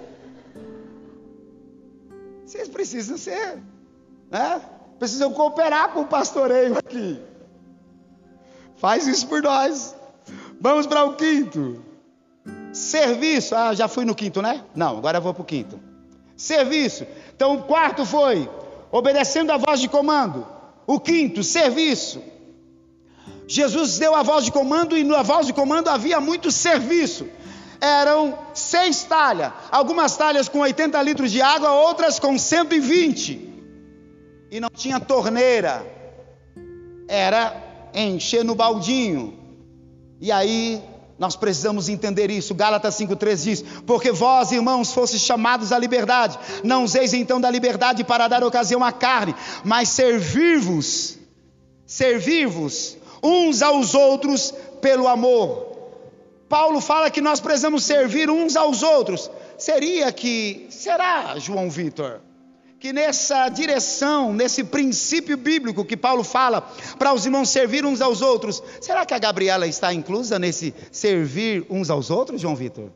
Vocês precisam ser, né? Precisam cooperar com o pastoreio aqui. Faz isso por nós. Vamos para o quinto. Serviço. Ah, já fui no quinto, né? Não, agora eu vou para o quinto. Serviço. Então o quarto foi obedecendo a voz de comando. O quinto, serviço. Jesus deu a voz de comando, e na voz de comando havia muito serviço. Eram seis talhas, algumas talhas com oitenta litros de água, outras com cento e vinte, e não tinha torneira, era encher no baldinho. E aí nós precisamos entender isso. Gálatas cinco treze diz: porque vós, irmãos, fostes chamados à liberdade, não useis então da liberdade para dar ocasião à carne, mas servir-vos, servir-vos uns aos outros pelo amor. Paulo fala que nós precisamos servir uns aos outros. Seria que, será, João Vitor, que nessa direção, nesse princípio bíblico que Paulo fala para os irmãos servir uns aos outros, será que a Gabriela está inclusa nesse servir uns aos outros, João Vitor?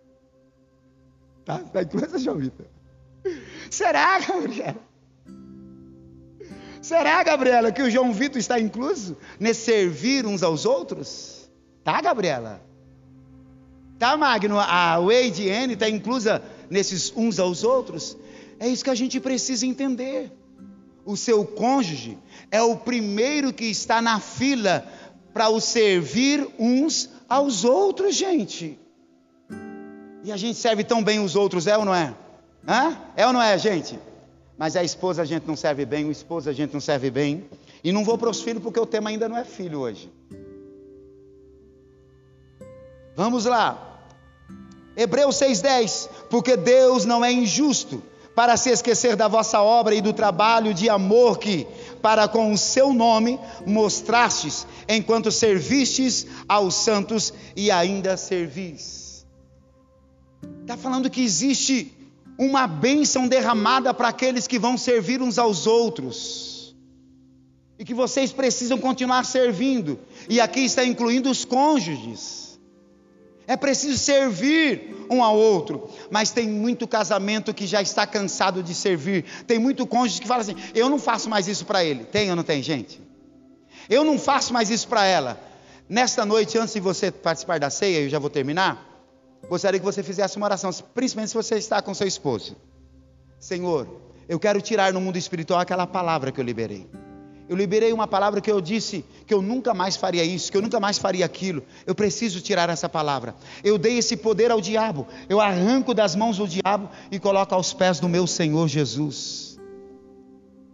Tá, está inclusa, João Vitor? Será, Gabriela? Será, Gabriela, que o João Vitor está incluso nesse servir uns aos outros? Tá, Gabriela? Tá, Magno? A Wade N está inclusa nesses uns aos outros? É isso que a gente precisa entender. O seu cônjuge é o primeiro que está na fila para o servir uns aos outros, gente. E a gente serve tão bem os outros, é ou não é? Hã? É ou não é, gente? Mas a esposa a gente não serve bem, o esposo a gente não serve bem. E não vou para os filhos porque o tema ainda não é filho hoje. Vamos lá. Hebreus seis dez. Porque Deus não é injusto para se esquecer da vossa obra e do trabalho de amor que, para com o seu nome, mostrastes, enquanto servistes aos santos e ainda servis. Está falando que existe uma bênção derramada para aqueles que vão servir uns aos outros. E que vocês precisam continuar servindo. E aqui está incluindo os cônjuges. É preciso servir um ao outro. Mas tem muito casamento que já está cansado de servir. Tem muito cônjuge que fala assim: eu não faço mais isso para ele. Tem ou não tem, gente? Eu não faço mais isso para ela. Nesta noite, antes de você participar da ceia, eu já vou terminar, gostaria que você fizesse uma oração, principalmente se você está com seu esposo. Senhor, eu quero tirar no mundo espiritual aquela palavra que eu liberei. Eu liberei uma palavra que eu disse que eu nunca mais faria isso, que eu nunca mais faria aquilo. Eu preciso tirar essa palavra. Eu dei esse poder ao diabo. Eu arranco das mãos do diabo e coloco aos pés do meu Senhor Jesus.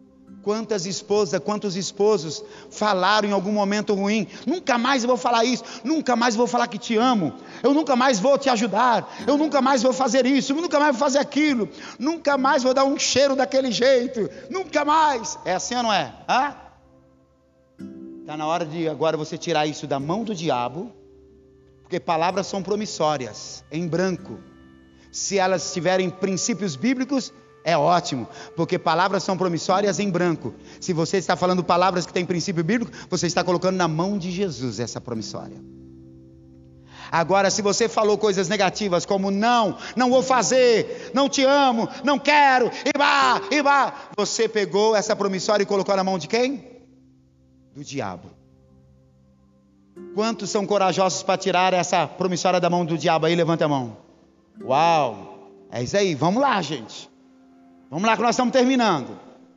Quantas esposas, quantos esposos falaram em algum momento ruim: nunca mais eu vou falar isso, nunca mais vou falar que te amo, eu nunca mais vou te ajudar, eu nunca mais vou fazer isso, eu nunca mais vou fazer aquilo, nunca mais vou dar um cheiro daquele jeito, nunca mais. É assim ou não é? Ah? Está na hora de agora você tirar isso da mão do diabo, porque palavras são promissórias, em branco. Se elas tiverem princípios bíblicos, é ótimo, porque palavras são promissórias em branco. Se você está falando palavras que têm princípio bíblico, você está colocando na mão de Jesus essa promissória. Agora, se você falou coisas negativas como não, não vou fazer, não te amo, não quero, e vá, e vá, você pegou essa promissória e colocou na mão de quem? Do diabo. Quantos são corajosos para tirar essa promissória da mão do diabo aí? Levanta a mão. Uau, é isso aí, vamos lá, gente. Vamos lá que nós estamos terminando.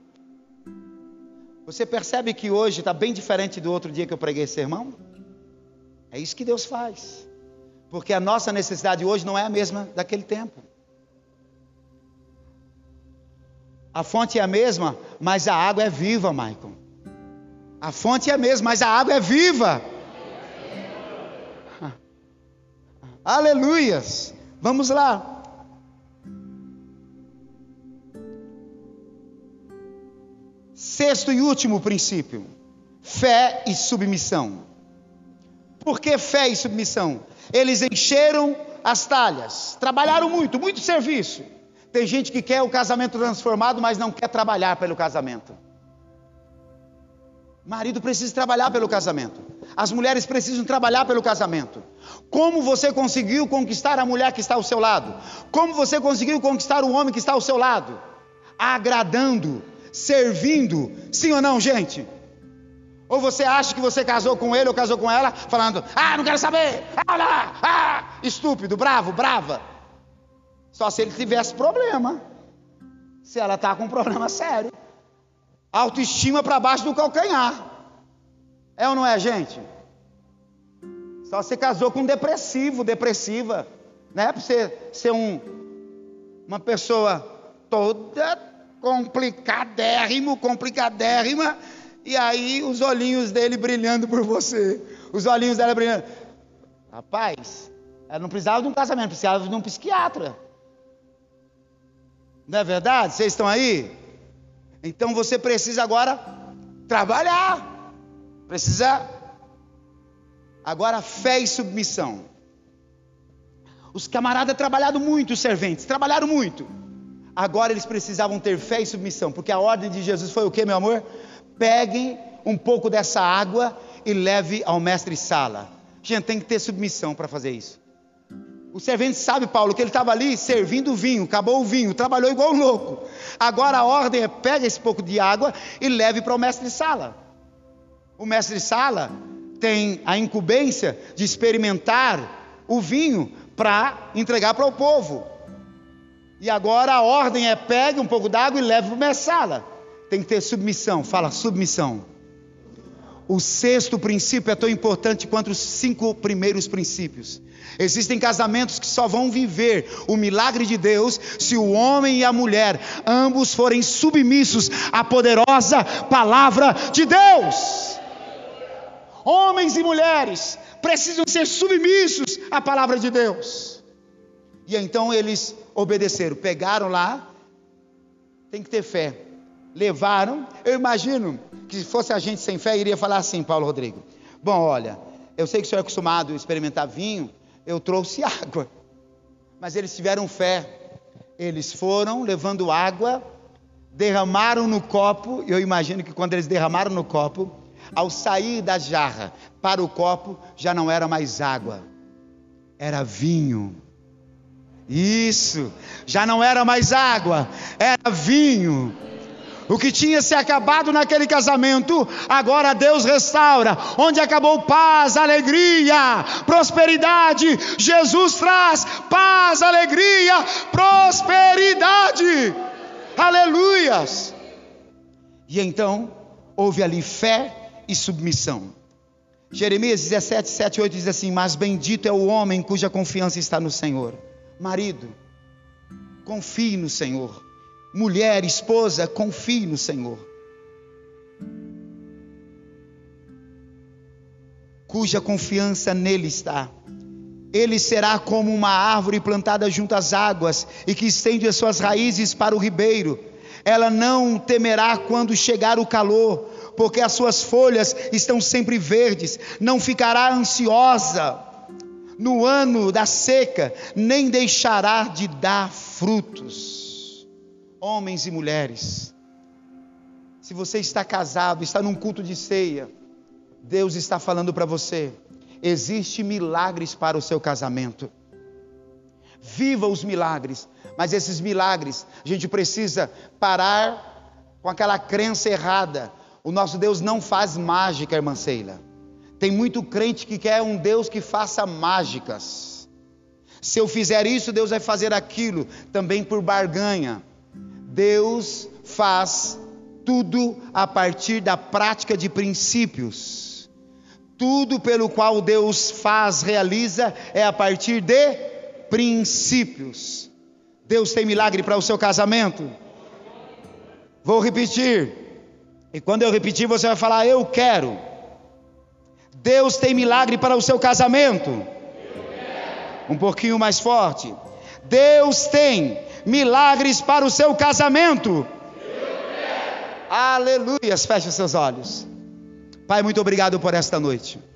Você percebe que hoje está bem diferente do outro dia que eu preguei esse sermão? É isso que Deus faz. Porque a nossa necessidade hoje não é a mesma daquele tempo. A fonte é a mesma, mas a água é viva, Michael. A fonte é a mesma, mas a água é viva. Aleluias. Vamos lá. Sexto e último princípio: fé e submissão. Por que fé e submissão? Eles encheram as talhas, trabalharam muito, muito serviço. Tem gente que quer o casamento transformado, mas não quer trabalhar pelo casamento. O marido precisa trabalhar pelo casamento, as mulheres precisam trabalhar pelo casamento. Como você conseguiu conquistar a mulher que está ao seu lado? Como você conseguiu conquistar o homem que está ao seu lado? Agradando, servindo, sim ou não, gente? Ou você acha que você casou com ele ou casou com ela falando: ah, não quero saber, ah, lá, ah, estúpido, bravo, brava. Só se ele tivesse problema. Se ela está com um problema sério, autoestima para baixo do calcanhar. É ou não é, gente? Só você casou com um depressivo, depressiva, né? Para você ser um, uma pessoa toda complicadérrimo, complicadérrima, e aí os olhinhos dele brilhando por você, os olhinhos dela brilhando. Rapaz, ela não precisava de um casamento, precisava de um psiquiatra. Não é verdade? Vocês estão aí? Então você precisa agora trabalhar, precisa agora fé e submissão. Os camaradas trabalharam muito, os serventes trabalharam muito. Agora eles precisavam ter fé e submissão, porque a ordem de Jesus foi o que, meu amor? Peguem um pouco dessa água e leve ao mestre-sala. Gente, tem que ter submissão para fazer isso. O servente sabe, Paulo, que ele estava ali servindo o vinho, acabou o vinho, trabalhou igual um louco. Agora a ordem é: pega esse pouco de água e leve para o mestre-sala. O mestre-sala tem a incumbência de experimentar o vinho para entregar para o povo. E agora a ordem é: pegue um pouco d'água e leve para o mestre-sala. Tem que ter submissão. Fala, submissão. O sexto princípio é tão importante quanto os cinco primeiros princípios. Existem casamentos que só vão viver o milagre de Deus se o homem e a mulher ambos forem submissos à poderosa palavra de Deus. Homens e mulheres precisam ser submissos à palavra de Deus. E então eles obedeceram, pegaram lá, tem que ter fé. Levaram, eu imagino que se fosse a gente sem fé, iria falar assim: Paulo Rodrigo, bom, olha, eu sei que o senhor é acostumado a experimentar vinho, eu trouxe água. Mas eles tiveram fé, eles foram levando água, derramaram no copo. Eu imagino que quando eles derramaram no copo, ao sair da jarra para o copo, já não era mais água, era vinho. Isso, já não era mais água, era vinho. O que tinha se acabado naquele casamento, agora Deus restaura. Onde acabou paz, alegria, prosperidade, Jesus traz paz, alegria, prosperidade. Aleluias. E então houve ali fé e submissão. Jeremias dezessete, sete, oito diz assim: mas bendito é o homem cuja confiança está no Senhor. Marido, confie no Senhor. Mulher, esposa, confie no Senhor. cuja confiança nele está. Ele será como uma árvore plantada junto às águas e que estende as suas raízes para o ribeiro. Ela não temerá quando chegar o calor, porque as suas folhas estão sempre verdes. Não ficará ansiosa no ano da seca, nem deixará de dar frutos. Homens e mulheres, se você está casado, está num culto de ceia, Deus está falando para você: existem milagres para o seu casamento. Viva os milagres. Mas esses milagres, a gente precisa parar com aquela crença errada. O nosso Deus não faz mágica, irmã Sheila. Tem muito crente que quer um Deus que faça mágicas. Se eu fizer isso, Deus vai fazer aquilo, também por barganha. Deus faz tudo a partir da prática de princípios. Tudo pelo qual Deus faz, realiza, é a partir de princípios. Deus tem milagre para o seu casamento? Vou repetir. E quando eu repetir, você vai falar: eu quero. Deus tem milagre para o seu casamento? Um pouquinho mais forte. Deus tem milagres para o seu casamento? Aleluia. Feche seus olhos. Pai, muito obrigado por esta noite.